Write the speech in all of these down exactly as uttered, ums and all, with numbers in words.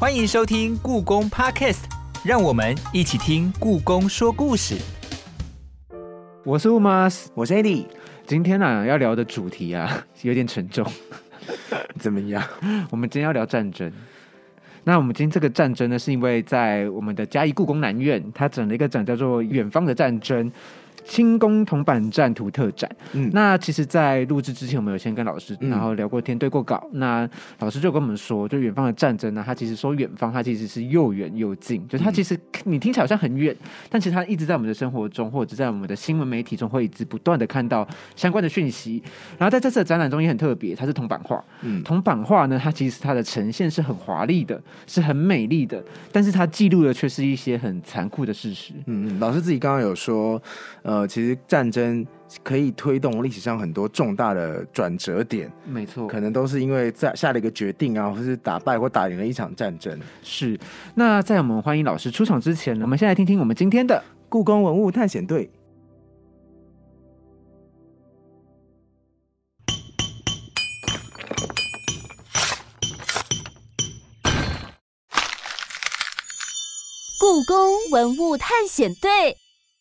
欢迎收听故宫 Podcast， 让我们一起听故宫说故事。 我是 Umas， 我是 Eddie。 今天啊要聊的主题啊有点沉重。 怎么样？ 我们今天要聊战争。那我们今天这个战争呢，是因为在我们的嘉义故宫南院，它整了一个展叫做《远方的战争》。清宫铜板战图特展、嗯、那其实在录制之前我们有先跟老师、嗯、然后聊过天对过稿，那老师就跟我们说就远方的战争呢，他其实说远方它其实是又远又近，就是它其实你听起来好像很远、嗯、但其实它一直在我们的生活中或者在我们的新闻媒体中会一直不断的看到相关的讯息。然后在这次的展览中也很特别，它是铜版画、嗯、铜版画呢它其实它的呈现是很华丽的，是很美丽的，但是它记录的却是一些很残酷的事实。 嗯，老师自己刚刚有说呃，其实战争可以推动历史上很多重大的转折点， 没错， 可能都是因为在下了一个决定啊，或是打败或打赢了一场战争。 是。那在我们欢迎老师出场之前呢，我们先来听听我们今天的故宫文物探险队。 故宫文物探险队。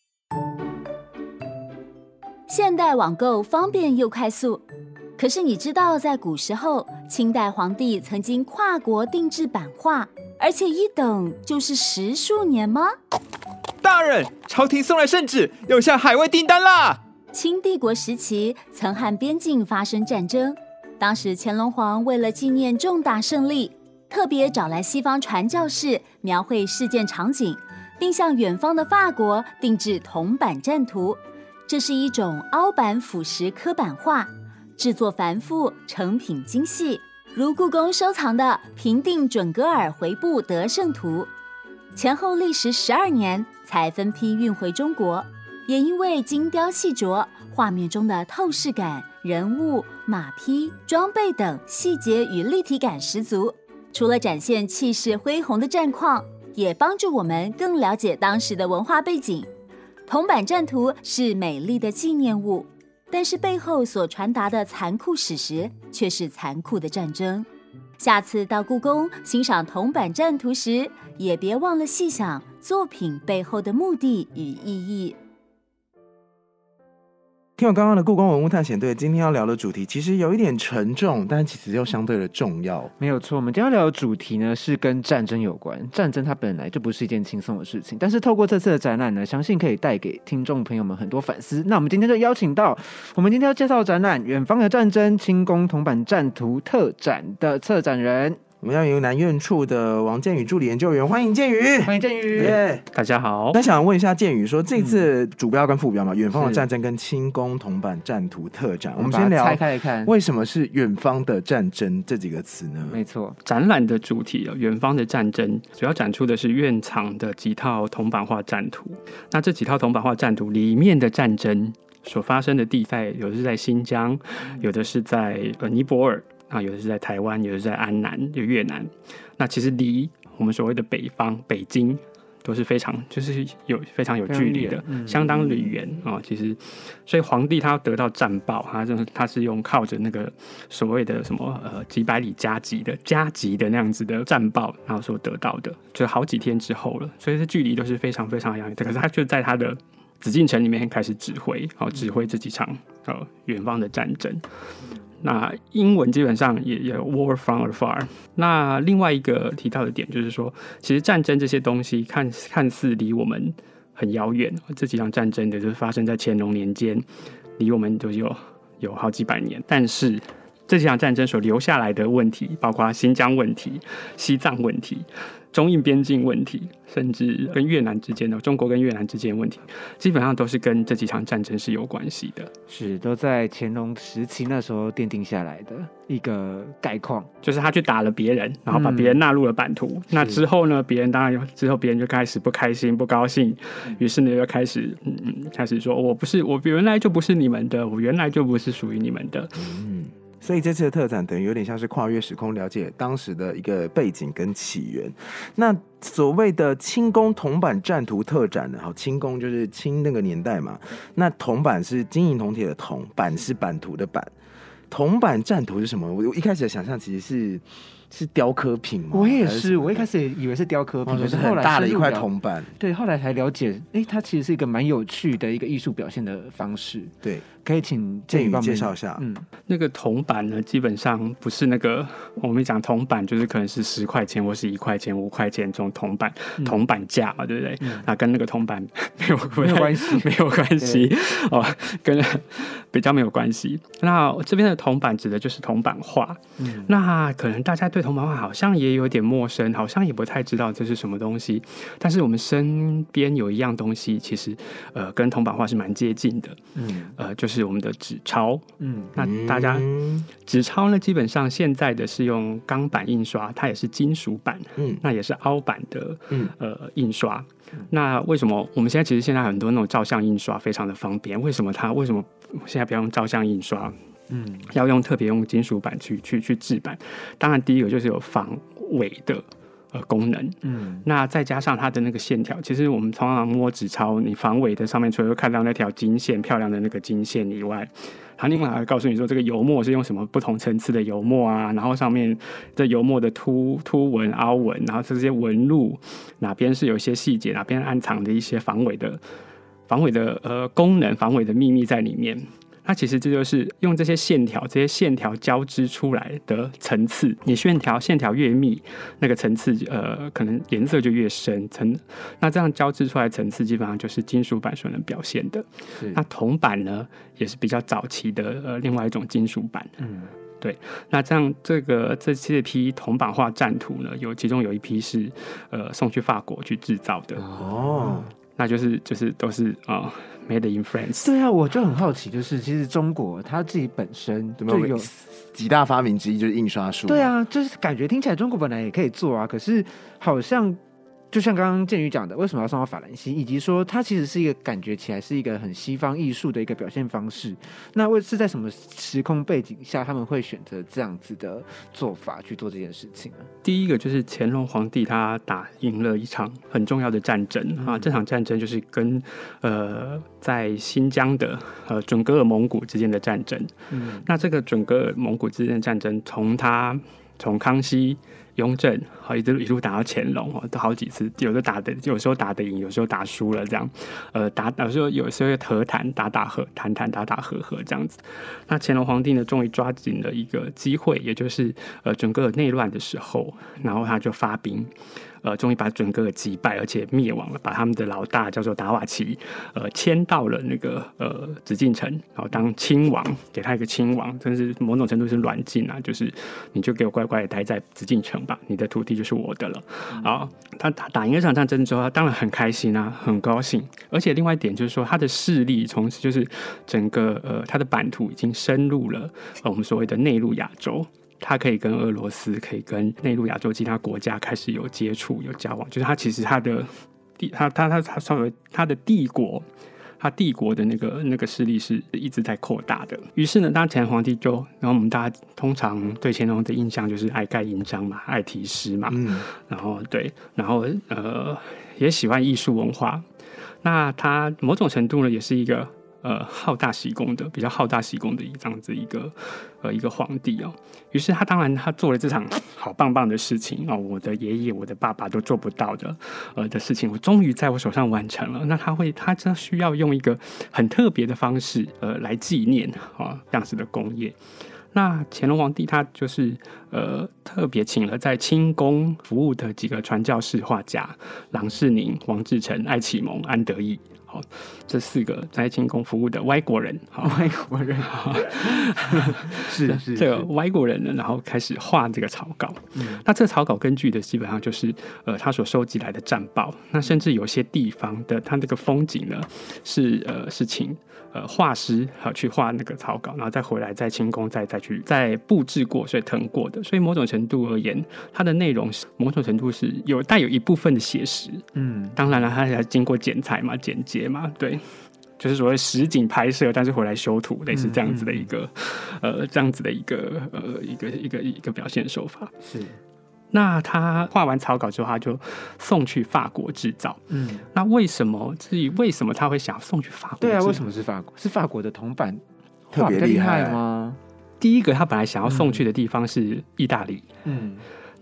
现代网购方便又快速，可是你知道在古时候清代皇帝曾经跨国定制版画，而且一等就是十数年吗？ 大人，朝廷送来圣旨，要下海外订单啦！ 清帝国时期曾和边境发生战争，当时乾隆皇为了纪念重大胜利，特别找来西方传教士描绘事件场景，并向远方的法国定制铜版战图。这是一种凹版腐蚀刻版画，制作繁复，成品精细，如故宫收藏的平定准噶尔回部得胜图，前后历时十二年才分批运回中国。也因为精雕细琢，画面中的透视感、人物、马匹、装备等细节与立体感十足，除了展现气势恢宏的战况，也帮助我们更了解当时的文化背景。铜版战图是美丽的纪念物，但是背后所传达的残酷史实却是残酷的战争。下次到故宫欣赏铜版战图时，也别忘了细想作品背后的目的与意义。 听我刚刚的故宫文物探险队，今天要聊的主题其实有一点沉重，但其实又相对的重要。 没有错，我们今天要聊的主题呢是跟战争有关。战争它本来就不是一件轻松的事情，但是透过这次的展览呢，相信可以带给听众朋友们很多反思。那我们今天就邀请到我们今天要介绍的展览《远方的战争：清宫铜版战图特展》的策展人。 我们要由南院处的王建宇助理研究员，欢迎建宇， 欢迎建宇， yeah. 大家好。 那想问一下建宇，说这次主标跟副标嘛，远方的战争跟清宫铜版战图特展，我们先聊拆开来看， 为什么是远方的战争这几个词呢？ 没错， 展览的主题远方的战争，主要展出的是院藏的几套铜版画战图。那这几套铜版画战图里面的战争所发生的地带，有的是在新疆，有的是在呃尼泊尔。啊，有的是在台湾，有的是在安南，有越南。那其实离我们所谓的北方北京都是非常就是有非常有距离的，嗯、相当的远啊、哦。其实，所以皇帝他要得到战报，他就是他是用靠着那个所谓的什么呃几百里加急的加急的那样子的战报，然后所得到的，就好几天之后了。所以这距离都是非常非常遥远的。可是他就在他的紫禁城里面开始指挥，哦，指挥这几场呃远方的战争。那英文基本上也有 war from afar。 那另外一个提到的点就是说，其实战争这些东西看看似离我们很遥远，这几场战争的就是发生在乾隆年间，离我们就有有好几百年，但是这几场战争所留下来的问题，包括新疆问题、西藏问题、中印边境问题，甚至跟越南之间的中国跟越南之间的问题，基本上都是跟这几场战争是有关系的， 是都在乾隆时期那时候奠定下来的一个概况， 就是他去打了别人，然后把别人纳入了版图、嗯、那之后呢，别人当然之后别人就开始不开心不高兴，于是呢又开始嗯开始说我不是我原来就不是你们的，我原来就不是属于你们的。 嗯，所以这次的特展等于有点像是跨越时空，了解当时的一个背景跟起源。那所谓的清宫铜版战图特展呢，好，清宫就是清那个年代嘛，那铜版是金银铜铁的铜，版是版图的版。铜版战图是什么？我一开始的想象其实是是雕刻品吗？ 我也是，我一开始也以为是雕刻品，可是后来很大的一块铜板。 对，后来才了解，哎，它其实是一个蛮有趣的一个艺术表现的方式。 对， 可以请建宇介绍一下。 嗯，那个铜板呢，基本上不是那个我们讲铜板，就是可能是十块钱或是一块钱、五块钱这种铜板，嗯、铜板价嘛，对不对？嗯、那跟那个铜板没有没有关系， 没有关系哦，跟比较没有关系。那这边的铜板指的就是铜板画。嗯，那可能大家对铜板画好像也有点陌生，好像也不太知道这是什么东西。但是我们身边有一样东西，其实呃跟铜板画是蛮接近的。嗯，呃就是我们的纸钞。嗯，那大家纸钞呢，基本上现在的是用钢板印刷，它也是金属版。嗯，那也是凹版的。嗯，呃印刷。那为什么我们现在其实现在很多那种照相印刷非常的方便？为什么它为什么现在不要用照相印刷？嗯，要用特别用金属板去去去制版。当然，第一个就是有防伪的呃功能。嗯，那再加上它的那个线条，其实我们通常摸纸钞，你防伪的上面除了看到那条金线漂亮的那个金线以外，它另外还会告诉你说这个油墨是用什么不同层次的油墨啊，然后上面这油墨的凸凸纹、凹纹，然后这些纹路哪边是有一些细节，哪边暗藏的一些防伪的防伪的呃功能、防伪的秘密在里面。那其实这就是用这些线条，这些线条交织出来的层次。你线条线条越密，那个层次呃可能颜色就越深。层那这样交织出来的层次，基本上就是金属板所能表现的。那铜板呢，也是比较早期的呃另外一种金属板。嗯，对。那这样这个这这批铜版画战图呢，有其中有一批是呃送去法国去制造的。哦。那就是就是都是啊、呃、，made in France。 对啊，我就很好奇，就是其实中国它自己本身就有几大发明之一，就是印刷术。 对啊，就是感觉听起来中国本来也可以做啊，可是好像就像刚刚建宇讲的，为什么要送到法兰西，以及说它其实是一个感觉起来是一个很西方艺术的一个表现方式。那为是在什么时空背景下他们会选择这样子的做法去做这件事情呢？ 第一个就是乾隆皇帝他打赢了一场很重要的战争、嗯、啊，这场战争就是跟呃在新疆的呃准噶尔蒙古之间的战争。嗯，那这个准噶尔蒙古之间的战争，从他从康熙、雍正，好一路一路打到乾隆，都好几次，有的打的，有时候打得赢，有时候打输了，这样，呃，打有时候有时候和谈，打打和谈谈，打打和和这样子。那乾隆皇帝呢，终于抓紧了一个机会，也就是呃准噶尔内乱的时候，然后他就发兵。呃，终于把准噶尔击败，而且灭亡了，把他们的老大叫做达瓦齐，呃，迁到了那个呃紫禁城，然后当亲王，给他一个亲王，真是某种程度是软禁啊，就是你就给我乖乖的待在紫禁城吧，你的土地就是我的了。啊、嗯，他打打赢了这场战争之后，他当然很开心啊，很高兴，而且另外一点就是说，他的势力从此就是整个呃他的版图已经深入了、呃、我们所谓的内陆亚洲。他可以跟俄罗斯，可以跟内陆亚洲其他国家开始有接触、有交往，就是他其实他的帝，他他他他稍微他的帝国，他帝国的那个那个势力是一直在扩大的。于是呢，当乾隆皇帝就，然后我们大家通常对乾隆的印象就是爱盖印章嘛，爱题诗嘛，嗯，然后对，然后呃也喜欢艺术文化。那他某种程度呢，也是一个。呃，好大喜功的，比较好大喜功的这样子一个呃一个皇帝哦。于是他当然他做了这场好棒棒的事情哦，我的爷爷、我的爸爸都做不到的呃的事情，我终于在我手上完成了。那他会，他真需要用一个很特别的方式呃来纪念啊这样子的功业。那乾隆皇帝他就是呃特别请了在清宫服务的几个传教士画家，郎世宁、王志诚、艾启蒙、安德义。这四个在清宫服务的外国人， 外国人是是这个外国人呢，然后开始画这个草稿。嗯、那这个草稿根据的基本上就是呃他所收集来的战报，那甚至有些地方的他这个风景呢是呃是请呃画师好去画那个草稿，然后再回来在清宫再再去再布置过，所以誊过的。所以某种程度而言，它的内容是某种程度是有带有一部分的写实。嗯，当然了，它还经过剪裁嘛、剪接嘛，对。就是所谓实景拍摄，但是回来修图，类似这样子的一个，嗯嗯、呃，这样子的一个呃一个一个一个表现手法。 是。 那他画完草稿之后，他就送去法国制造。嗯。那为什么？至于为什么他会想送去法国？ 对啊，为什么是法国？是法国的铜板画比较厉害吗？ 第一个，他本来想要送去的地方是意大利。嗯。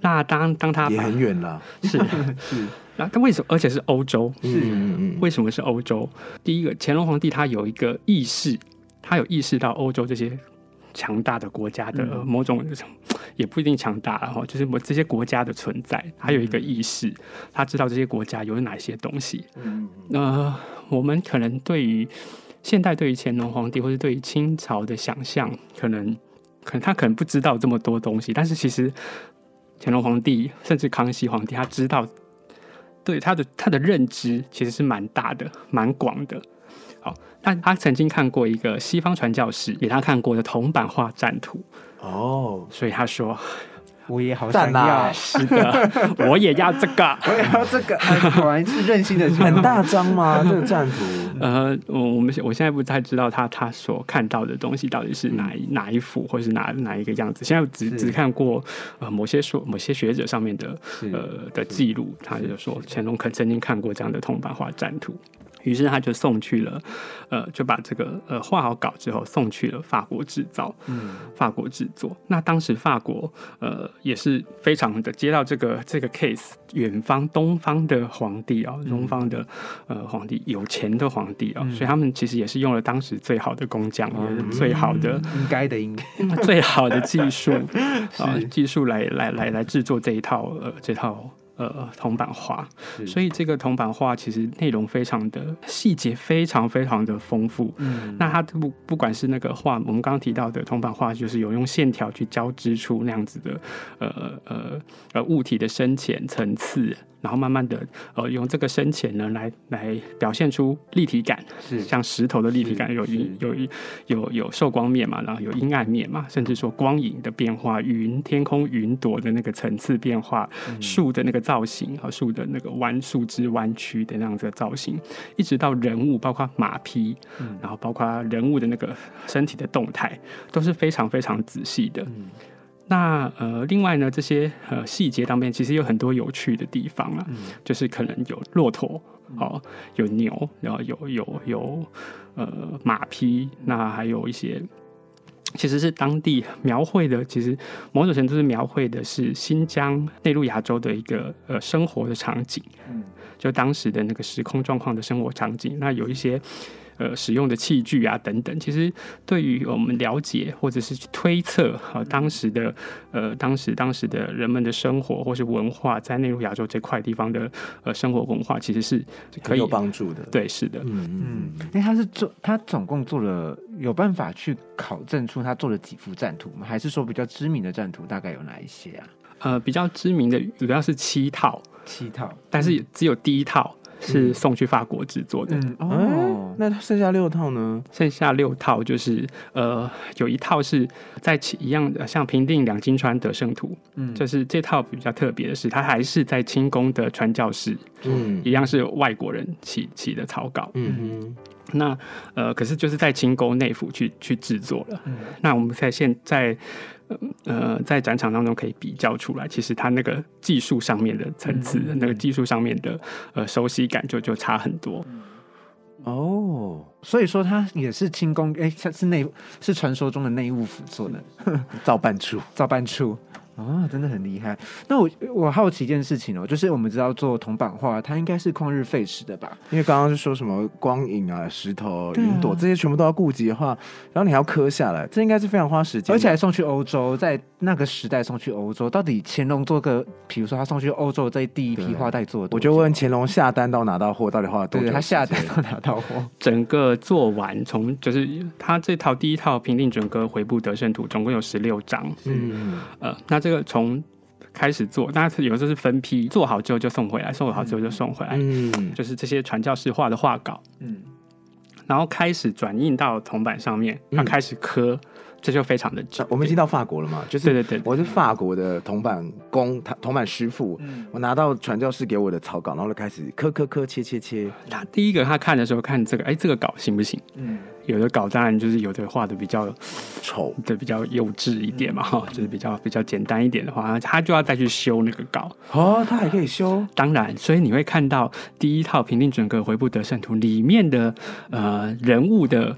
那当当他把也很远了， 是是，那但为什么？而且是欧洲， 是嗯嗯为什么是欧洲？第一个，乾隆皇帝他有一个意识，他有意识到欧洲这些强大的国家的某种，嗯、也不一定强大哈，就是这些国家的存在，他有一个意识，他知道这些国家有哪些东西。嗯，呃，我们可能对于现代对于乾隆皇帝，或是对于清朝的想象，可能可能他可能不知道这么多东西，但是其实乾隆皇帝甚至康熙皇帝，他知道，对他的他的认知其实是蛮大的、蛮广的。好，但他曾经看过一个西方传教士给他看过的铜版画战图， 哦， 所以他说。 我也好想要， 是的，我也要这个， 我也要这个。哎、果然是任性的， 很大张吗？这个战图？ 呃，我们我现在不太知道他他所看到的东西到底是哪一、嗯、哪一幅，或是哪哪一个样子。现在只只看过呃某些说某些学者上面的呃的记录，他就说乾隆可曾经看过这样的铜版画战图。于是他就送去了，呃，就把这个呃画好稿之后送去了法国制造，嗯，法国制作。那当时法国呃也是非常的接到这个这个 case， 远方东方的皇帝啊、哦，东方的呃皇帝有钱的皇帝啊、哦嗯，所以他们其实也是用了当时最好的工匠，嗯、也是最好的应该的应该最好的技术啊、呃、技术来来来来制作这一套呃这套。呃，铜版画，所以这个铜版画其实内容非常的细节，非常非常的丰富。嗯，那它不不管是那个画，我们刚刚提到的铜版画，就是有用线条去交织出那样子的呃呃呃物体的深浅层次。然后慢慢的，呃，用这个深浅呢，来来表现出立体感，是像石头的立体感，有有有有受光面嘛，然后有阴暗面嘛，甚至说光影的变化，云天空云朵的那个层次变化，嗯、树的那个造型和树的那个弯树枝弯曲的那样子的造型，一直到人物，包括马匹，嗯、然后包括人物的那个身体的动态，都是非常非常仔细的。嗯那呃，另外呢，这些呃细节当中，其实有很多有趣的地方啊，嗯、就是可能有骆驼，哦，有牛，然后有有有呃马匹，那还有一些，其实是当地描绘的，其实某种程度是描绘的是新疆内陆亚洲的一个呃生活的场景，嗯，就当时的那个时空状况的生活场景，那有一些。呃，使用的器具啊，等等，其实对于我们了解或者是去推测啊、呃，当时的呃，当时当时的人们的生活或是文化，在内陆亚洲这块地方的呃生活文化，其实是可以有帮助的。 对，是的， 嗯嗯。哎，他是做他总共做了，有办法去考证出他做了几幅战图吗？还是说比较知名的战图大概有哪一些啊？ 呃，比较知名的主要是七套， 七套， 但是只有第一套。是送去法国制作的， 嗯哦， 那剩下六套呢？ 剩下六套就是呃，有一套是在一样的，像平定两金川得胜图，嗯，就是这套比较特别的是，它还是在清宫的传教士，嗯，一样是外国人起起的草稿，嗯哼。那呃，可是就是在清宫内府去去制作了。嗯、那我们在现在呃在展场当中可以比较出来，其实它那个技术上面的层次，嗯、那个技术上面的呃熟悉感就就差很多。 哦，所以说它也是清宫，哎，是内是传说中的内务府做的造办处， 造办处。哦，真的很厉害。那我我好奇一件事情哦，就是我们知道做铜版画，它应该是旷日费时的吧？ 因为刚刚是说什么光影啊、石头、云朵、啊、这些全部都要顾及的话，然后你还要刻下来，这应该是非常花时间， 而且还送去欧洲，在那个时代送去欧洲，到底乾隆做个，比如说他送去欧洲这第一批画带做的， 我就问乾隆下单到拿到货到底花了多久？ 对，他下单到拿到货， 整个做完，从就是他这套第一套平定准歌回部得胜图，总共有十六张。嗯，呃，那这个从开始做，大家有时候是分批做好之后就送回来，送好之后就送回来，嗯，就是这些传教士画的画稿，嗯，然后开始转印到铜板上面，要开始刻。嗯，这就非常的久。 我们已经到法国了嘛？就是对对对，我是法国的铜版工、铜版师傅，嗯，我拿到传教士给我的草稿，然后就开始刻刻刻、切切切。 他第一个他看的时候看这个，哎，这个稿行不行？嗯，有的稿当然就是有的画的比较丑， 对，比较幼稚一点嘛，哈、嗯，就是比较比较简单一点的话，他就要再去修那个稿。 哦，他还可以修？ 当然，所以你会看到第一套平定准歌回部得胜图里面的呃人物的。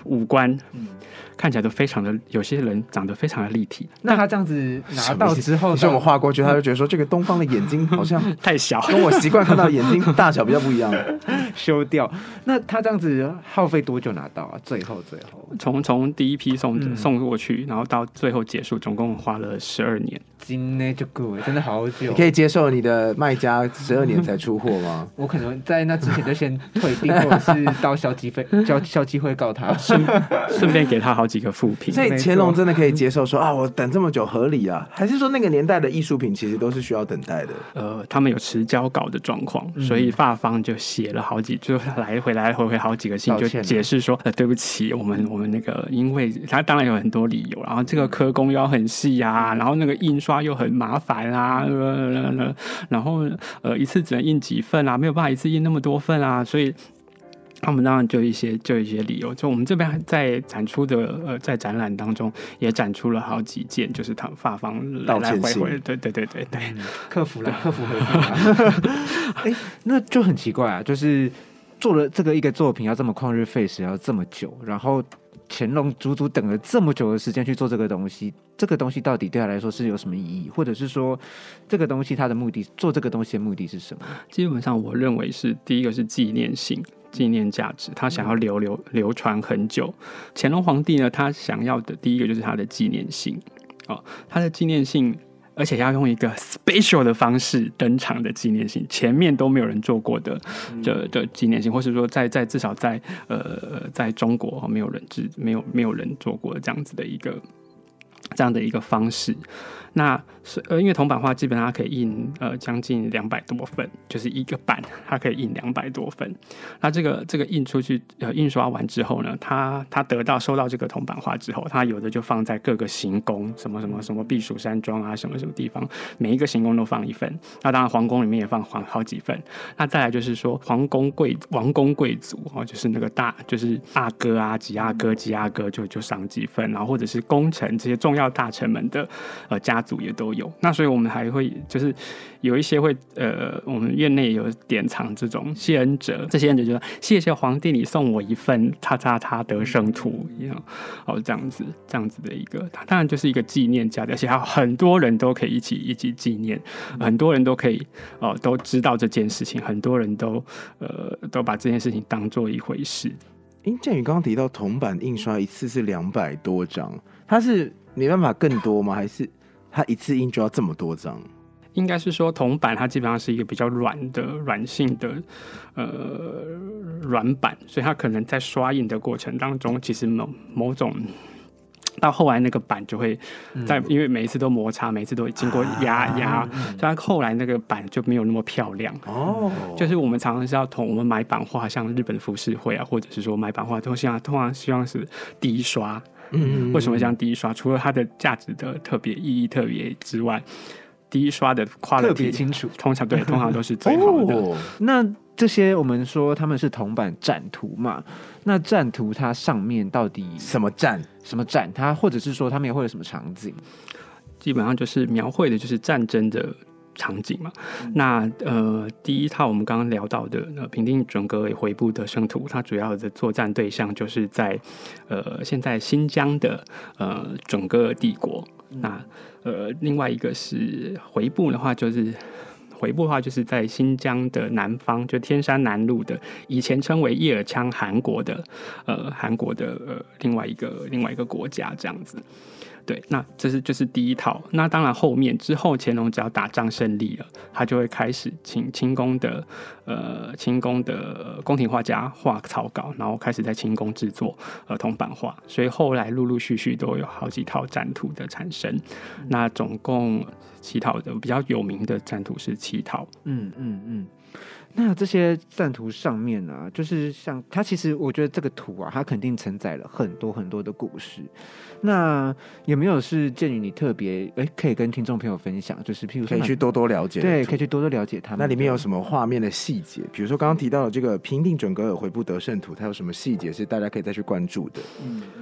五官，嗯，看起来都非常的，有些人长得非常的立体。 那他这样子拿到之后， 是我们画过去，他就觉得说这个东方的眼睛好像太小， 跟我习惯看到的眼睛大小比较不一样， 修掉。那他这样子耗费多久拿到啊？最后最后， 从从第一批送、嗯、送过去，然后到最后结束，总共花了十二年。 真的就够，真的好久。 你可以接受你的卖家十二年才出货吗？ 我可能在那之前就先退订，或者是到消基会消消基会告他， 顺顺便给他好几个负评。 所以乾隆真的可以接受说啊，我等这么久合理啊？还是说那个年代的艺术品其实都是需要等待的？ 呃，他们有迟交稿的状况， 嗯、 所以法方就写了好几，就来回来回回好几个信，就解释说，呃，对不起，我们我们那个，因为他当然有很多理由，然后这个刻工又要很细啊，然后那个印刷又很麻烦啊，呃、然后呃一次只能印几份啊，没有办法一次印那么多份啊，所以。他们当然就一些就一些理由，就我们这边在展出的呃，在展览当中也展出了好几件，就是他法方来来回回，对对对对对， 嗯、克服了，克服回复了。哎，那就很奇怪啊，就是做了这个一个作品要这么旷日费时，要这么久，然后乾隆足足等了这么久的时间去做这个东西，这个东西到底对他来说是有什么意义，或者是说这个东西它的目的，做这个东西的目的是什么？ 基本上我认为是第一个是纪念性。纪念价值，他想要流流流传很久。乾隆皇帝呢，他想要的第一个就是他的纪念性，哦，他的纪念性，而且要用一个 special 的方式登场的纪念性，前面都没有人做过的的的纪念性，或是说在在至少在呃在中国没有人没有没有人做过这样子的一个这样的一个方式。那呃，因为铜版画基本上它可以印呃将近两百多份，就是一个版它可以印两百多份。那这个这个印出去呃印刷完之后呢，它它得到收到这个铜版画之后，它有的就放在各个行宫，什么什么什么避暑山庄啊，什么什么地方，每一个行宫都放一份。那当然皇宫里面也放好几份。那再来就是说皇宫贵王公贵族哦，就是那个大就是阿哥啊、几阿哥、几阿哥就就赏几份，然后或者是功臣这些重要大臣们的呃家族也都有。那所以我们还会就是有一些会呃，我们院内有典藏这种谢恩哲，这些恩哲就说谢谢皇帝你送我一份叉叉叉得胜图一样，哦这样子这样子的一个，它当然就是一个纪念价值，而且还有很多人都可以一起一起纪念，很多人都可以哦、呃、都知道这件事情，很多人都呃都把这件事情当做一回事。 因建宇刚刚提到铜版印刷一次是两百多张，它是没办法更多吗？还是它一次印就要这么多张？ 应该是说铜版它基本上是一个比较软的软性的呃软版，所以它可能在刷印的过程当中，其实某某种到后来那个板就会在、嗯、因为每一次都摩擦，每一次都经过压压、啊，所以它后来那个板就没有那么漂亮。哦，就是我们常常是要同我们买版画，像日本浮世绘啊，或者是说买版画，通常通常希望是低刷。嗯，为什么这样低刷？除了它的价值的特别意义特别之外，低刷的quality特别清楚， 通常对，通常都是最好的。 哦、那这些我们说他们是铜版战图嘛？那战图它上面到底什么战？ 什么战？它或者是说他们也会有什么场景？ 基本上就是描绘的就是战争的场景嘛。嗯、那呃，第一套我们刚刚聊到的呃平定准噶尔回部得胜图，它主要的作战对象就是在呃现在新疆的呃准噶尔帝国。嗯、那呃另外一个是回部的话，就是回部的话就是在新疆的南方，就天山南路的以前称为叶尔羌汗国的呃韩国的呃另外一个另外一个国家这样子。对，那这是就是第一套。那当然后面之后，乾隆只要打仗胜利了，他就会开始请清宫的呃清宫的宫廷画家画草稿，然后开始在清宫制作呃铜版画。所以后来陆陆续续都有好几套战图的产生。嗯、那总共七套的比较有名的战图是七套。 嗯嗯嗯。那这些战图上面啊，就是像它其实我觉得这个图啊，它肯定承载了很多很多的故事。那有没有是鉴于你特别哎，可以跟听众朋友分享，就是譬如说可以去多多了解， 对，可以去多多了解他们。 那里面有什么画面的细节？比如说刚刚提到的这个平定准噶尔回部得胜图，它有什么细节是大家可以再去关注的？嗯，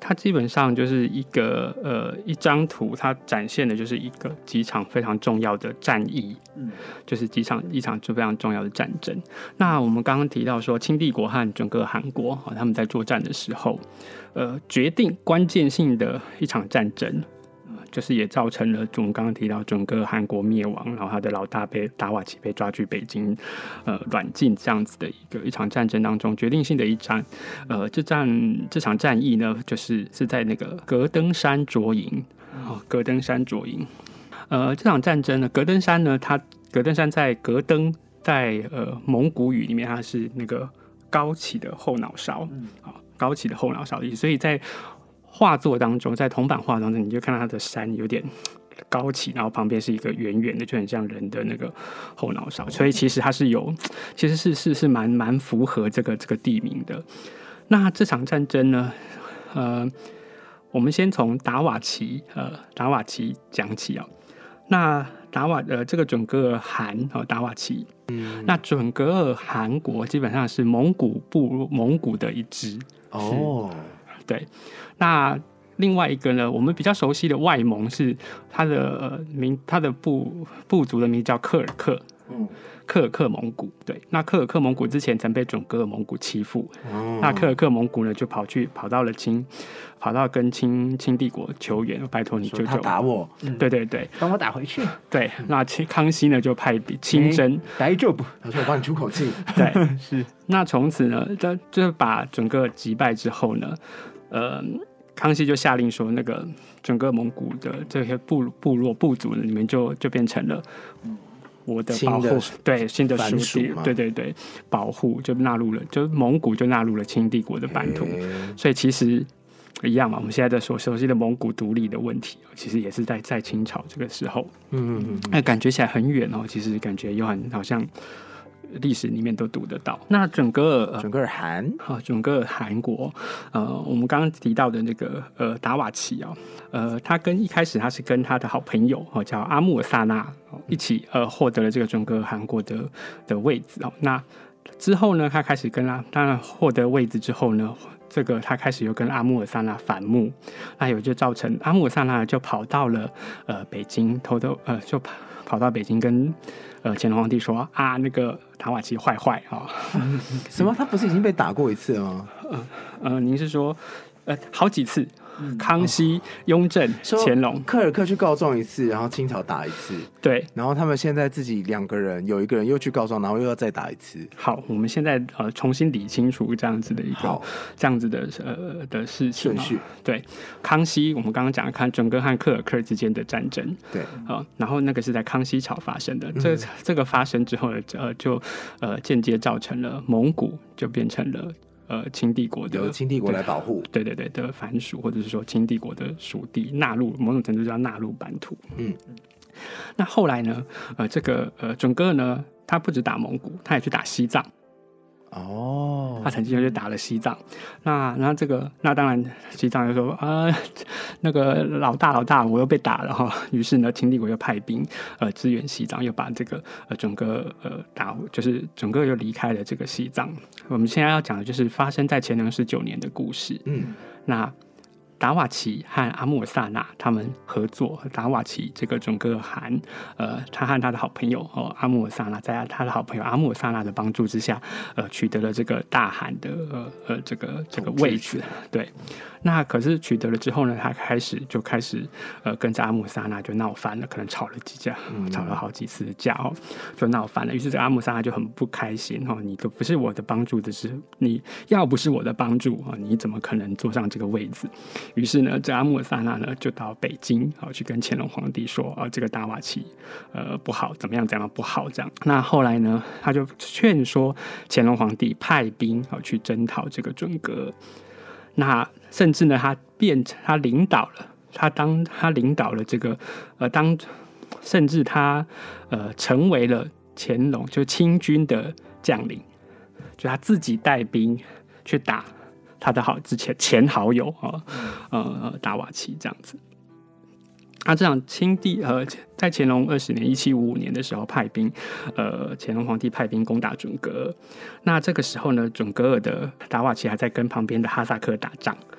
它基本上就是一个呃一张图，它展现的就是一个几场非常重要的战役，嗯，就是几场一场就非常重要的战争。那我们刚刚提到说，清帝国和整个韩国啊，他们在作战的时候，呃，决定关键性的一场战争。就是也造成了我们刚刚提到整个韩国灭亡，然后他的老大被达瓦齐被抓去北京，呃，软禁这样子的一个一场战争当中，决定性的一战。呃，这战这场战役呢，就是是在那个格登山卓营，哦，格登山卓营。呃，这场战争呢，格登山呢，它格登山在格登，在呃蒙古语里面，它是那个高起的后脑勺，啊，高起的后脑勺的意思，所以在画作当中，在铜版画当中，你就看到它的山有点高起，然后旁边是一个圆圆的，就很像人的那个后脑勺，所以其实它是有，其实是是是蛮蛮符合这个这个地名的。那这场战争呢，呃，我们先从达瓦齐呃达瓦齐讲起啊、哦。那达瓦呃这个准噶尔汗哦达瓦齐，嗯，那准噶尔汗国基本上是蒙古部蒙古的一支哦。对，那另外一个呢，我们比较熟悉的外蒙是它的、呃、名，它的部部族的名字叫柯尔克，嗯，柯尔克蒙古。对，那柯尔克蒙古之前曾被准噶尔蒙古欺负，哦、那柯尔克蒙古呢就跑去跑到了清，跑到跟清清帝国求援，拜托你救救我， 他打我， 嗯、 对对对， 帮我打回去。 对，那康熙呢就派清征， 打一救不， 他说我帮你出口气。 对，是。那从此呢，就就把准噶尔击败之后呢。呃，康熙就下令说，那个整个蒙古的这些部部落部族呢，你们就就变成了我的保护，对新的属地，对对对，保护就纳入了，就蒙古就纳入了清帝国的版图，所以其实一样嘛。我们现在的所熟悉的蒙古独立的问题，其实也是在在清朝这个时候，嗯嗯嗯，那感觉起来很远哦，其实感觉又很好像。历史里面都读得到。那整个整个韩啊，整个韩国，呃，我们刚刚提到的那个呃达瓦齐啊，呃，他跟一开始他是跟他的好朋友哦，叫阿穆尔萨纳一起呃获得了这个整个韩国的的位置哦。那之后呢，他开始跟他当然获得位置之后呢，这个他开始又跟阿穆尔萨纳反目，那也就造成阿穆尔萨纳就跑到了呃北京，偷偷呃就跑跑到北京跟。呃，乾隆皇帝说啊，那个达瓦齐坏坏啊， 什么？他不是已经被打过一次了吗？ 呃呃，您是说呃好几次？康熙、雍正、乾隆， 柯尔克去告状一次，然后清朝打一次， 对， 然后他们现在自己两个人，有一个人又去告状，然后又要再打一次。 好，我们现在呃重新理清楚这样子的一个这样子的呃的事情顺序。 对，康熙，我们刚刚讲看准噶和柯尔克之间的战争， 对啊、呃，然后那个是在康熙朝发生的，这、嗯、这个发生之后呢，呃，就呃间接造成了蒙古就变成了。呃，清帝国的由清帝国来保护， 对对对的藩属，或者是说清帝国的属地纳入某种程度叫纳入版图。嗯，那后来呢？呃，这个呃准噶尔呢，他不止打蒙古，他也去打西藏。哦，他曾经就打了西藏，那然后这个那当然西藏就说啊、呃，那个老大老大我又被打了哈，于是呢清帝国又派兵呃支援西藏，又把这个呃整个呃打就是整个又离开了这个西藏。我们现在要讲的就是发生在乾隆十九年的故事。嗯，那。达瓦齐和阿穆尔萨纳他们合作，达瓦齐这个准噶尔汗，呃，他和他的好朋友哦阿穆尔萨纳，在他的好朋友阿穆尔萨纳的帮助之下，呃，取得了这个大汗的呃呃这个这个位置。对，那可是取得了之后呢，他开始就开始呃跟着阿穆尔萨纳就闹翻了，可能吵了几架，嗯、吵了好几次的架哦，就闹翻了。于是这个阿穆尔萨纳就很不开心哦，你都不是我的帮助的是，你要不是我的帮助啊，你怎么可能坐上这个位置？于是呢，这阿穆尔萨纳呢就到北京啊，去跟乾隆皇帝说啊，这个达瓦齐呃不好，怎么样怎么样不好这样。那后来呢，他就劝说乾隆皇帝派兵啊去征讨这个准噶尔。那甚至呢，他变他领导了，他当他领导了这个呃当，甚至他呃成为了乾隆就清军的将领，就他自己带兵去打。他的好之前前好友啊，呃，达瓦齐这样子。那、啊、这样清帝呃，在乾隆二十年（一七五五年）的时候派兵，呃，乾隆皇帝派兵攻打准噶尔。那这个时候呢，准噶尔的达瓦齐还在跟旁边的哈萨克打仗。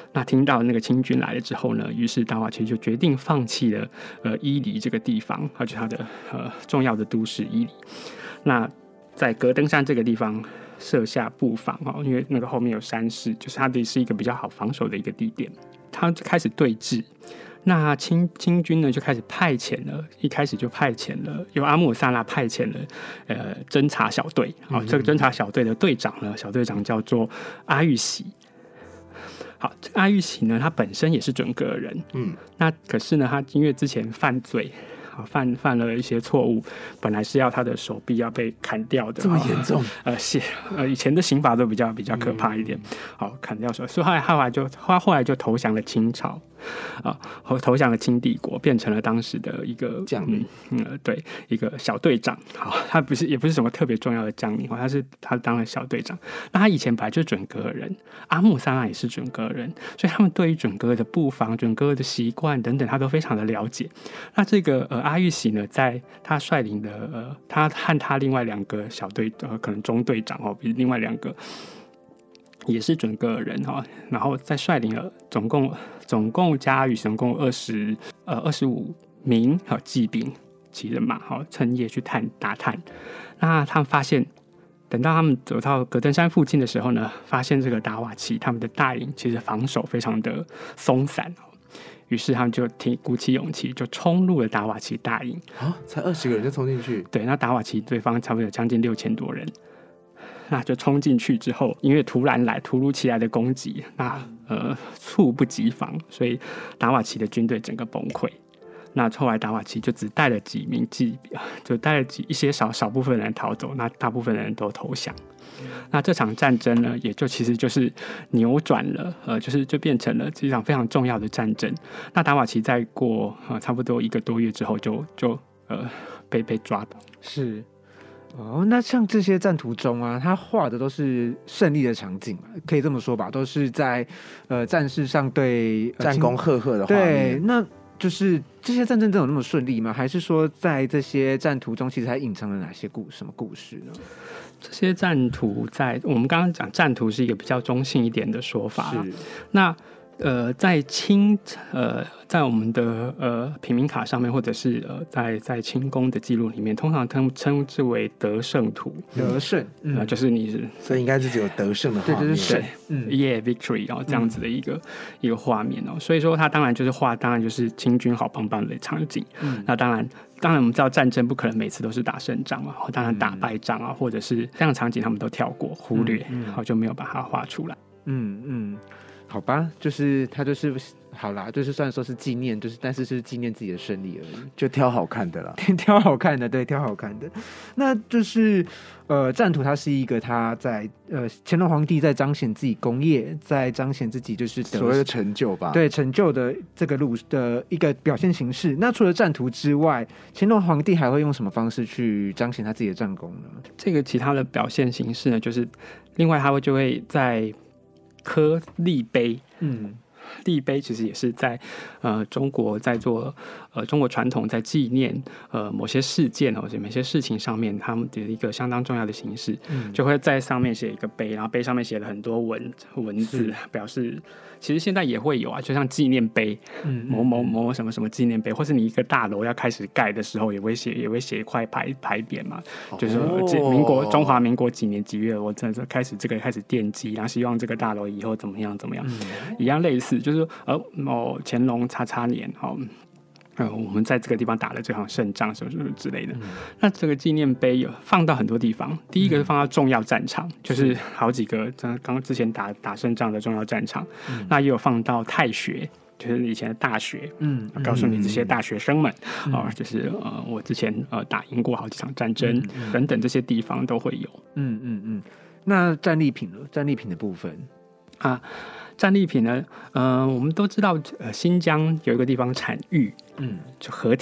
那听到那个清军来了之后呢，于是达瓦齐就决定放弃了呃伊犁这个地方，而且他的呃重要的都市伊犁。那在格登山这个地方设下布防哦，因为那个后面有山势，就是它的是一个比较好防守的一个地点。他就开始对峙，那清清军呢就开始派遣了，一开始就派遣了由阿姆萨拉派遣了呃侦察小队。好、哦，这个侦察小队的队长呢，小队长叫做阿玉喜。好，这个阿玉喜呢，他本身也是准噶尔人，嗯，那可是呢，他因为之前犯罪。犯犯了一些错误，本来是要他的手臂要被砍掉的， 这么严重？ 呃，是呃，以前的刑罚都比较比较可怕一点。嗯、好，砍掉手，所以后来后来就他后来就投降了清朝，啊、呃，投降了清帝国，变成了当时的一个将领， 嗯，呃，对，一个小队长。好，他不是也不是什么特别重要的将领，他是他当了小队长。那他以前本来就是准噶尔人，阿姆萨拉也是准噶尔人，所以他们对于准噶尔的布防、准噶尔的习惯等等，他都非常的了解。那这个呃。阿玉喜呢，在他率领的呃，他和他另外两个小队呃，可能中队长哦，比另外两个也是准噶尔人哈、哦，然后再率领了总共总共加阿玉总共二十呃二十五名好骑兵骑着马好趁夜去探打探。那他们发现，等到他们走到格登山附近的时候呢，发现这个达瓦齐他们的大营其实防守非常的松散。于是他们就挺鼓起勇气，就冲入了达瓦齐大营啊！才二十个人就冲进去。 对，那达瓦齐对方差不多有将近六千多人，那就冲进去之后，因为突然来、突如其来的攻击，那呃猝不及防，所以达瓦齐的军队整个崩溃。那后来达瓦齐就只带了几名骑，就带了几一些少少部分人逃走，那大部分人都投降。那这场战争呢，也就其实就是扭转了，呃，就是就变成了一场非常重要的战争。那达瓦齐在过呃差不多一个多月之后就，就就呃被被抓到。 是哦，那像这些战图中啊，他画的都是胜利的场景，可以这么说吧，都是在呃战事上对、呃、 战功赫赫的画面。 对，那就是这些战争真的有那么顺利吗？还是说在这些战图中，其实还隐藏了哪些故什么故事呢？ 这些战图在我们刚刚讲，战图是一个比较中性一点的说法。是那呃，在清呃，在我们的呃平民卡上面，或者是呃在在清宫的记录里面，通常称称之为得胜图。 得胜， 嗯、呃，就是你是， 所以应该是只有得胜的画面， 对，就是胜， 嗯 ，yeah victory 哦，这样子的一个、嗯、一个画面哦。所以说，它当然就是画，当然就是清军好棒棒的场景。嗯，那当然。当然，我们知道战争不可能每次都是打胜仗嘛，当然打败仗啊，或者是这样的场景，他们都跳过、忽略，然后、嗯嗯、就没有把它画出来。 嗯嗯，好吧，就是他就是好啦，就是虽然说是纪念，就是但是是纪念自己的胜利而已， 就挑好看的啦， 挑好看的，对，挑好看的。那就是呃，战图它是一个他在呃乾隆皇帝在彰显自己功业，在彰显自己就是所谓的成就吧， 对成就的这个路的一个表现形式。那除了战图之外，乾隆皇帝还会用什么方式去彰显他自己的战功呢？ 这个其他的表现形式呢，就是另外他会就会在刻立碑，嗯。立碑其实也是在呃中国在做呃中国传统在纪念呃某些事件或者某些事情上面他们的一个相当重要的形式，嗯、就会在上面写一个碑，然后碑上面写了很多文文字，表示其实现在也会有啊，就像纪念碑，嗯、某某某什么什么纪念碑，或是你一个大楼要开始盖的时候，也会写也会写一块牌牌匾嘛，哦、就是说民国中华民国几年几月，我这开始这个开始奠基，然后希望这个大楼以后怎么样怎么样，嗯、一样类似。就是呃，某乾隆叉叉年，好、哦，呃，我们在这个地方打了这场胜仗，什么什么之类的。嗯、那这个纪念碑有放到很多地方，第一个是放到重要战场，嗯、就是好几个刚刚之前打打胜仗的重要战场。嗯、那也有放到太学。就是以前的大学，嗯，告诉你这些大学生们，嗯哦、就是呃，我之前呃打赢过好几场战争，嗯嗯、等等这些地方都会有。 嗯嗯嗯。那战利品呢？战利品的部分啊。战利品呢，呃，我们都知道，呃，新疆有一个地方产玉，嗯，就和田，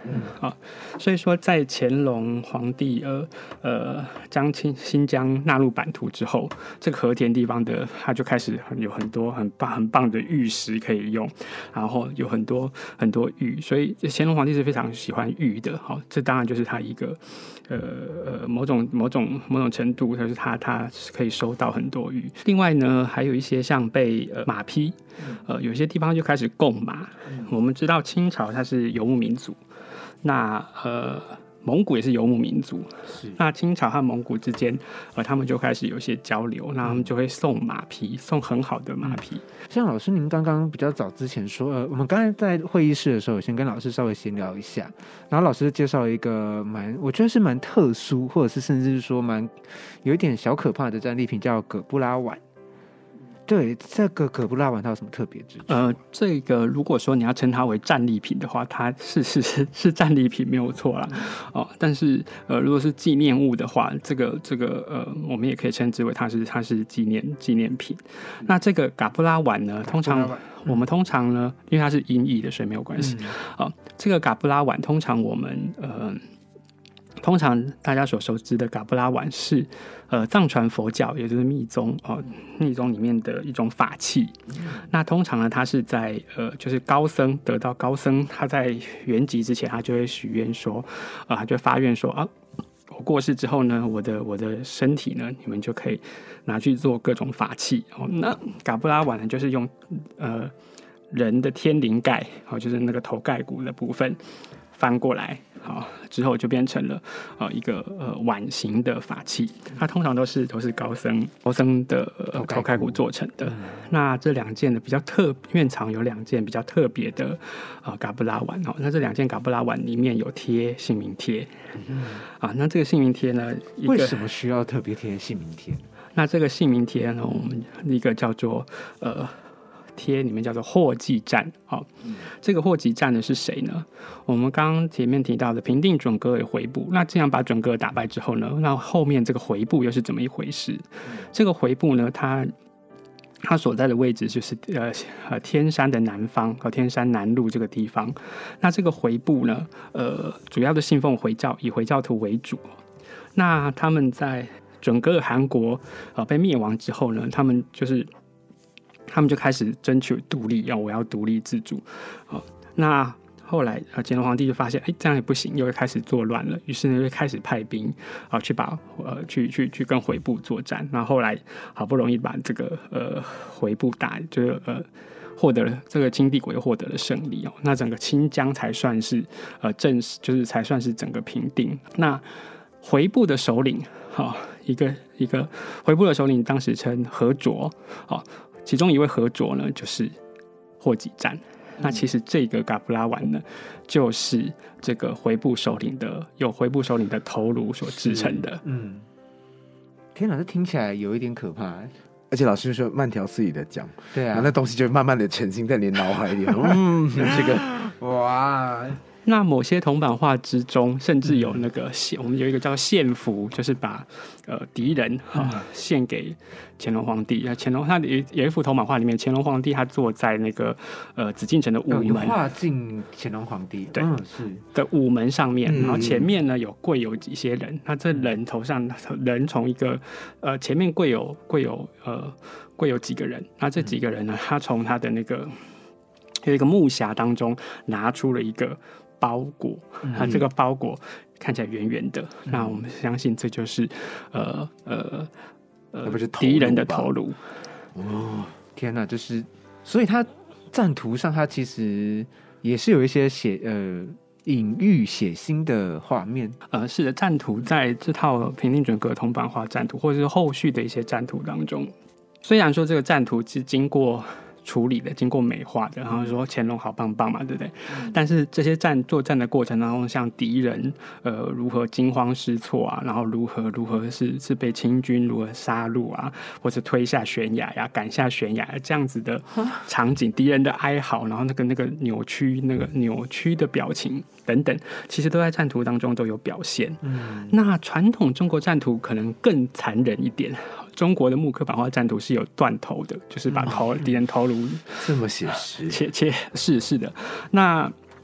嗯啊，所以说在乾隆皇帝呃呃将新新疆纳入版图之后，这个和田地方的他就开始有很多很棒很棒的玉石可以用，然后有很多很多玉，所以乾隆皇帝是非常喜欢玉的。好，这当然就是他一个呃呃某种某种某种程度，就是他他可以收到很多玉。另外呢，还有一些像被呃马匹，呃有些地方就开始供马。我们知道清朝它是游牧民族。那呃，蒙古也是游牧民族，那清朝和蒙古之间，呃，他们就开始有一些交流，那他们就会送马匹，送很好的马匹。 像老师您刚刚比较早之前说，呃，我们刚才在会议室的时候，先跟老师稍微闲聊一下，然后老师介绍一个蛮，我觉得是蛮特殊，或者是甚至是说蛮有一点小可怕的战利品，叫葛布拉碗。对，这个葛布拉碗它有什么特别之处？ 呃，这个如果说你要称它为战利品的话，它是是是是战利品没有错啦。哦，但是呃，如果是纪念物的话，这个这个呃，我们也可以称之为它是它是纪念纪念品。那这个嘎布拉碗呢，通常我们通常呢，因为它是音译的，所以没有关系。啊、嗯哦，这个嘎布拉碗通常我们呃。通常大家所熟知的嘎布拉碗是，呃，藏传佛教，也就是密宗哦，密宗里面的一种法器。那通常呢，它是在呃，就是高僧得到高僧，他在圆寂之前，他就会许愿说，呃，他就发愿说啊，我过世之后呢，我的我的身体呢，你们就可以拿去做各种法器。哦，那嘎布拉碗呢，就是用呃人的天灵盖，哦，就是那个头盖骨的部分翻过来。好，之后就变成了呃一个呃碗形的法器，它通常都是都是高僧高僧的、呃、头盖骨做成的。嗯、那这两件的比较特院藏有两件比较特别的呃嘎布拉碗哦，那这两件嘎布拉碗里面有贴姓名贴。嗯、啊，那这个姓名贴呢， 为什么需要特别贴姓名贴？ 那这个姓名贴呢，我们一个叫做呃。贴里面叫做霍济赞、哦嗯、这个霍济赞呢是谁呢？我们刚刚前面提到的平定准噶尔回部，那这样把准噶尔打败之后呢，那后面这个回部又是怎么一回事？嗯、这个回部呢，它它所在的位置就是呃呃天山的南方和天山南路这个地方。那这个回部呢，呃，主要的信奉回教，以回教徒为主。那他们在准噶尔汗国呃被灭亡之后呢，他们就是。他们就开始争取独立，要我要独立自主。哦、那后来呃乾隆皇帝就发现，哎，这样也不行，又开始作乱了。于是呢，就开始派兵啊、呃、去把呃去去去跟回部作战。那后来好不容易把这个呃回部打，就呃获得了这个清帝国又获得了胜利哦。那整个清疆才算是呃正式，就是才算是整个平定。那回部的首领，好、哦、一个一个回部的首领，当时称和卓，好、哦。其中一位和卓呢，就是霍济赞。那其实这个嘎布拉碗呢，就是这个回部首领的有回部首领的头颅所制成的。 嗯，天哪，这听起来有一点可怕。 而且老师说慢条斯理的讲， 对啊， 那东西就慢慢的沉浸在你的脑海里。嗯，这个哇。 那某些铜版画之中，甚至有那个献，我们有一个叫献俘，就是把呃敌人哈、呃、献给乾隆皇帝。那乾隆他有有一幅铜版画里面，乾隆皇帝他坐在那个呃紫禁城的午门， 画进乾隆皇帝对、 嗯、是的午门上面，然后前面呢有跪有一些人，那这人头上人从一个呃前面跪有跪有呃跪有几个人，那这几个人呢，他从他的那个有一个木匣当中拿出了一个包裹，那这个包裹看起来圆圆的、嗯，那我们相信这就是呃呃呃敌人的头颅。 哦，天哪，就是所以他战图上，他其实也是有一些血呃隐喻血腥的画面。 呃，是的，战图在这套平定准噶尔铜版画战图，或者是后续的一些战图当中，虽然说这个战图是经过处理的，经过美化的，然后说乾隆好棒棒嘛，对不对？嗯、但是这些战作战的过程当中，像敌人呃如何惊慌失措啊，然后如何如何是是被清军如何杀戮啊，或是推下悬崖呀、赶下悬崖这样子的场景，敌人的哀嚎，然后那个那个扭曲那个扭曲的表情等等，其实都在战图当中都有表现。嗯，那传统中国战图可能更残忍一点。中国的木刻版画战图是有断头的，就是把头敌人头颅这么写实， 切切是是的。那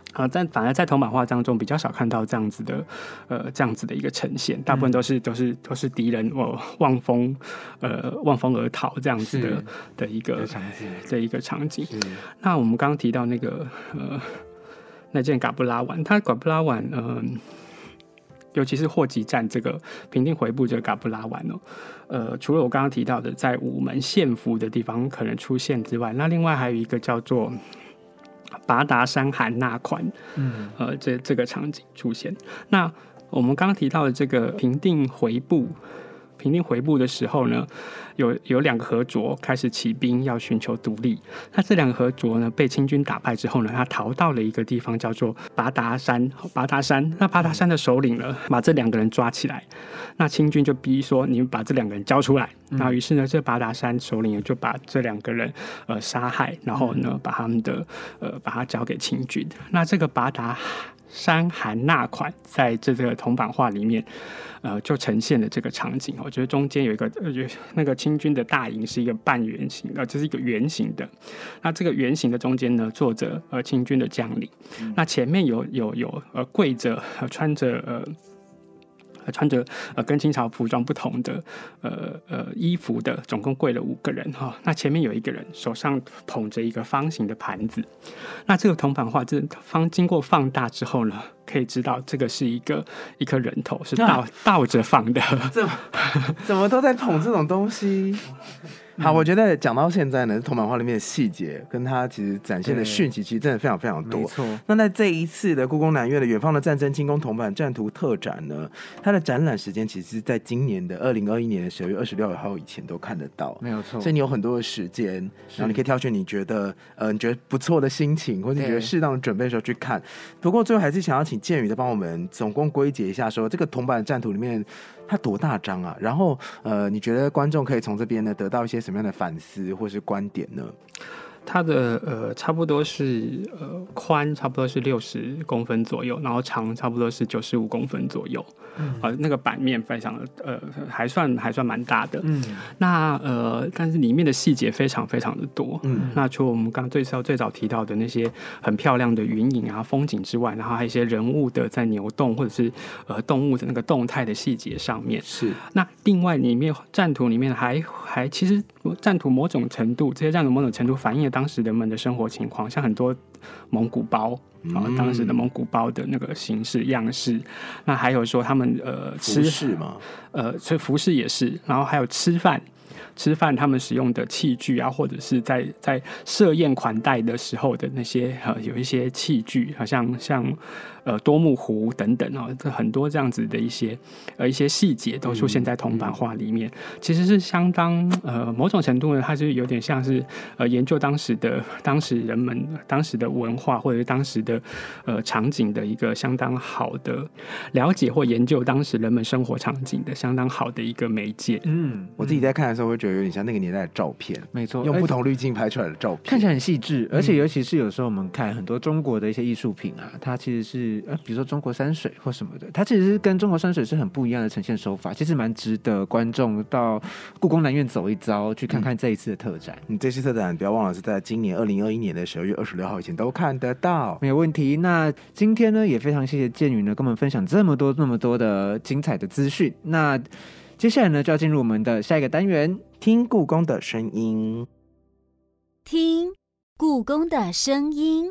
啊，但反而在铜版画当中比较少看到这样子的，呃，这样子的一个呈现，大部分都是、嗯、都是都是敌人哦望风，呃望风而逃这样子的的一个场景的一个场景。那我们刚刚提到那个呃那件嘎布拉碗，它嘎布拉碗，嗯、呃，尤其是霍吉站这个平定回部这个嘎布拉碗哦，呃，除了我刚刚提到的在午门县府的地方可能出现之外，那另外还有一个叫做拔达山韩那款，嗯，呃，这这个场景出现。那我们刚刚提到的这个平定回部，平定回部的时候呢，有有两个河卓开始起兵要寻求独立。那这两个河卓呢，被清军打败之后呢，他逃到了一个地方叫做拔达山。拔达山，那拔达山的首领呢，把这两个人抓起来。那清军就逼说，你们把这两个人交出来。然后于是呢，这拔达山首领就把这两个人呃杀害，然后呢，把他们的呃把他交给清军。那这个拔达山韩那款在这个铜版画里面，呃，就呈现了这个场景。我觉得中间有一个，呃，那个清军的大营是一个半圆形，呃，这是一个圆形的。那这个圆形的中间呢，坐着呃清军的将领。嗯、那前面有有有呃跪着，呃、穿着呃。穿着呃跟清朝服装不同的呃呃衣服的，总共跪了五个人哈、哦。那前面有一个人手上捧着一个方形的盘子。那这个铜版画，这方经过放大之后呢，可以知道这个是一个一颗人头，是倒、啊、倒着放的。 怎么怎么都在捧这种东西？好，我觉得讲到现在呢，铜版画里面的细节跟它其实展现的讯息，其实真的非常非常多。 没错。 那在这一次的故宫南院的《远方的战争清宫铜版战图特展》呢，它的展览时间其实是在今年的二零二一年的十二月二十六号以前都看得到， 没有错。 所以你有很多的时间，然后你可以挑选你觉得呃你觉得不错的心情，或者你觉得适当的准备的时候去看。不过最后还是想要请建宇再帮我们总共归结一下说，说这个铜版战图里面它多大张啊？然后呃，你觉得观众可以从这边呢得到一些什么样的反思或是观点呢？ 它的呃差不多是呃宽差不多是六十公分左右，然后长差不多是九十五公分左右，嗯，呃那个版面非常呃还算还算蛮大的，嗯，那呃但是里面的细节非常非常的多，嗯，那除了我们刚最早最早提到的那些很漂亮的云影啊风景之外，然后还有一些人物的在扭动或者是呃动物的那个动态的细节上面是，那另外里面战图里面还还其实战图某种程度这些战图某种程度反映了当时人们的生活情况，像很多蒙古包、嗯哦、当时的蒙古包的那个形式样式，那还有说他们呃吃服饰嘛， 呃，所以服饰也是，然后还有吃饭。吃饭他们使用的器具啊，或者是在在设宴款待的时候的那些呃有一些器具，好像像呃多木壶等等哦，很多这样子的一些呃一些细节都出现在铜版画里面，嗯嗯、其实是相当呃某种程度呢，它是有点像是呃研究当时的当时人们当时的文化或者是当时的呃场景的一个相当好的了解或研究当时人们生活场景的相当好的一个媒介。 嗯，我自己在看的时候会觉得有点像那个年代的照片， 没错， 用不同滤镜拍出来的照片， 看起来很细致，而且尤其是有时候我们看很多中国的一些艺术品啊，它其实是呃，比如说中国山水或什么的，它其实是跟中国山水是很不一样的呈现手法，其实蛮值得观众到故宫南院走一遭，去看看这一次的特展。 嗯，这次特展不要忘了是在今年二零二一年的十二月二十六号以前都看得到， 没有问题。那今天呢，也非常谢谢建宇呢，跟我们分享这么多那么多的精彩的资讯。那接下来呢，就要进入我们的下一个单元。 听故宫的声音， 听故宫的声音。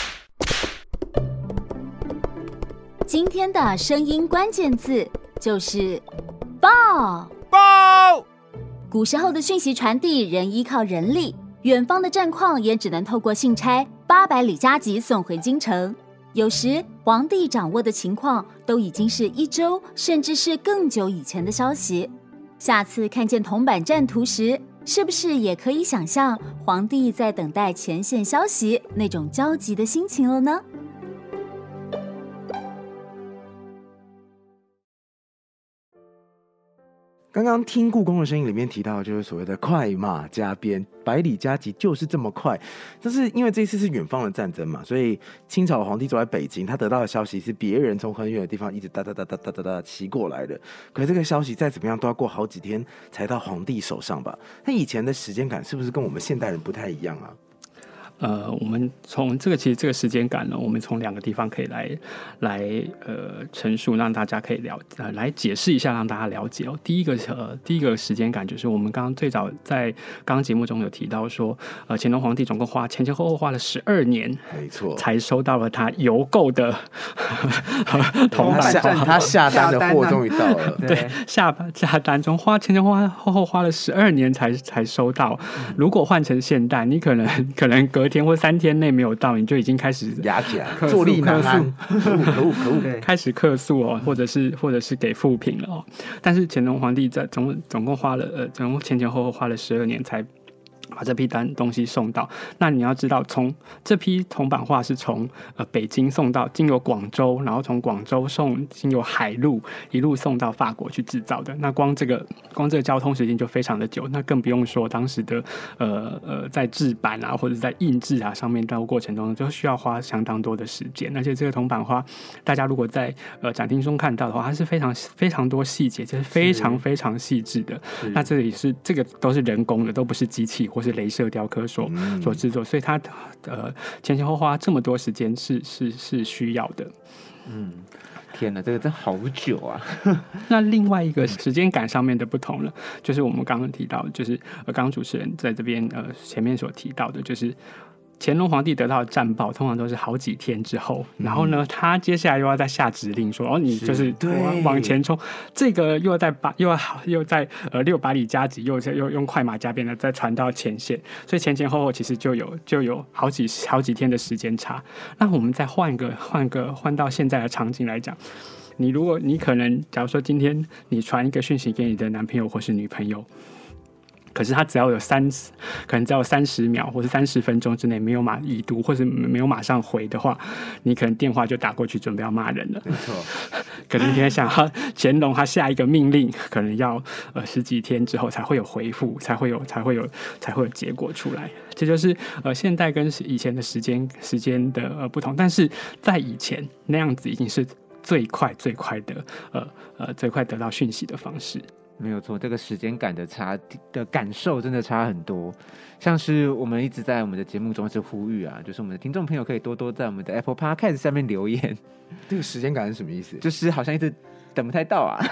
今天的声音关键字就是报报。 古时候的讯息传递仍依靠人力，远方的战况也只能透过信差八百里加急送回京城。有时皇帝掌握的情况都已经是一周甚至是更久以前的消息。下次看见铜版战图时，是不是也可以想象皇帝在等待前线消息那种焦急的心情了呢？ 刚刚听故宫的声音里面提到，就是所谓的快马加鞭，百里加急就是这么快。就是因为这次是远方的战争嘛，所以清朝的皇帝走在北京，他得到的消息是别人从很远的地方一直哒哒哒哒哒哒哒骑过来的。可是这个消息再怎么样都要过好几天才到皇帝手上吧？那以前的时间感是不是跟我们现代人不太一样啊？ 呃，我们从这个其实这个时间感呢，我们从两个地方可以来来呃陈述，让大家可以了呃来解释一下，让大家了解哦。第一个呃第一个时间感就是我们刚刚最早在刚刚节目中有提到说，呃，乾隆皇帝总共花前前后后花了十二年， 没错， 才收到了他邮购的铜板他他下单的货终于到了， 对，下下单中花前前后后后花了十二年才才收到。如果换成现代，你可能可能隔天或三天内没有到，你就已经开始压起来，坐立难安，可恶可恶可恶， 开始客诉哦，或者是或者是给负评了哦。但是乾隆皇帝在总总共花了呃，总共前前后后花了十二年才把这批单东西送到。那你要知道，从这批铜版画是从呃北京送到，经由广州，然后从广州送经由海路一路送到法国去制造的。那光这个光这个交通时间就非常的久，那更不用说当时的呃呃在制版啊或者在印制啊上面的过程中，就需要花相当多的时间。而且这个铜版画，大家如果在呃展厅中看到的话，它是非常非常多细节，就是非常非常细致的。那这里是这个都是人工的，都不是机器或是雷射雕刻所所制作，所以它呃前前后后花这么多时间是是是需要的。 嗯，天哪，这个真好久啊！ 那另外一个时间感上面的不同了，就是我们刚刚提到，就是呃刚刚主持人在这边呃前面所提到的，就是乾隆皇帝得到的战报通常都是好几天之后，然后呢，他接下来又要再下指令说，哦，你就是往前冲，这个又要再把又要又在呃六百里加急，又又用快马加鞭的再传到前线，所以前前后后其实就有就有好几好几天的时间差。那我们再换个换个换到现在的场景来讲。你如果你可能，假如说今天你传一个讯息给你的男朋友或是女朋友，可是他只要有三，可能只要有三十秒或是三十分钟之内没有马已读或是没有马上回的话，你可能电话就打过去准备要骂人了。 没错， 可能你在想，乾隆他下一个命令可能要呃十几天之后才会有回复，才会有才会有才会有结果出来。这就是呃现代跟以前的时间时间的呃不同，但是在以前那样子已经是最快最快的呃呃最快得到讯息的方式。 没有错，这个时间感的差的感受真的差很多。像是我们一直在我们的节目中是呼吁啊，就是我们的听众朋友可以多多在我们的 Apple Podcast 下面留言。 这个时间感是什么意思？ 就是好像一直等不太到啊。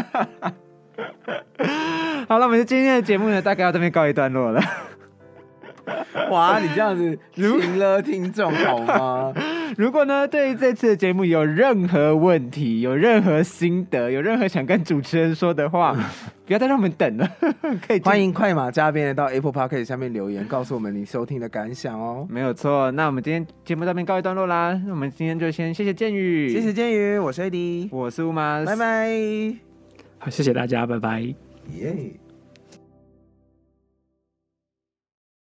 好了，我们今天的节目呢，大概要这边告一段落了。 哇，你这样子赢了听众好吗？ 如果呢对这次的节目有任何问题、有任何心得、有任何想跟主持人说的话，不要再让我们等了，可以欢迎快马加鞭的到 Apple Podcast 下面留言，告诉我们你收听的感想哦。 没有错，那我们今天节目到这边告一段落啦。那我们今天就先谢谢建宇， 谢谢建宇，我是 A D， 我是乌马， 拜拜， 好，谢谢大家，拜拜。 耶、yeah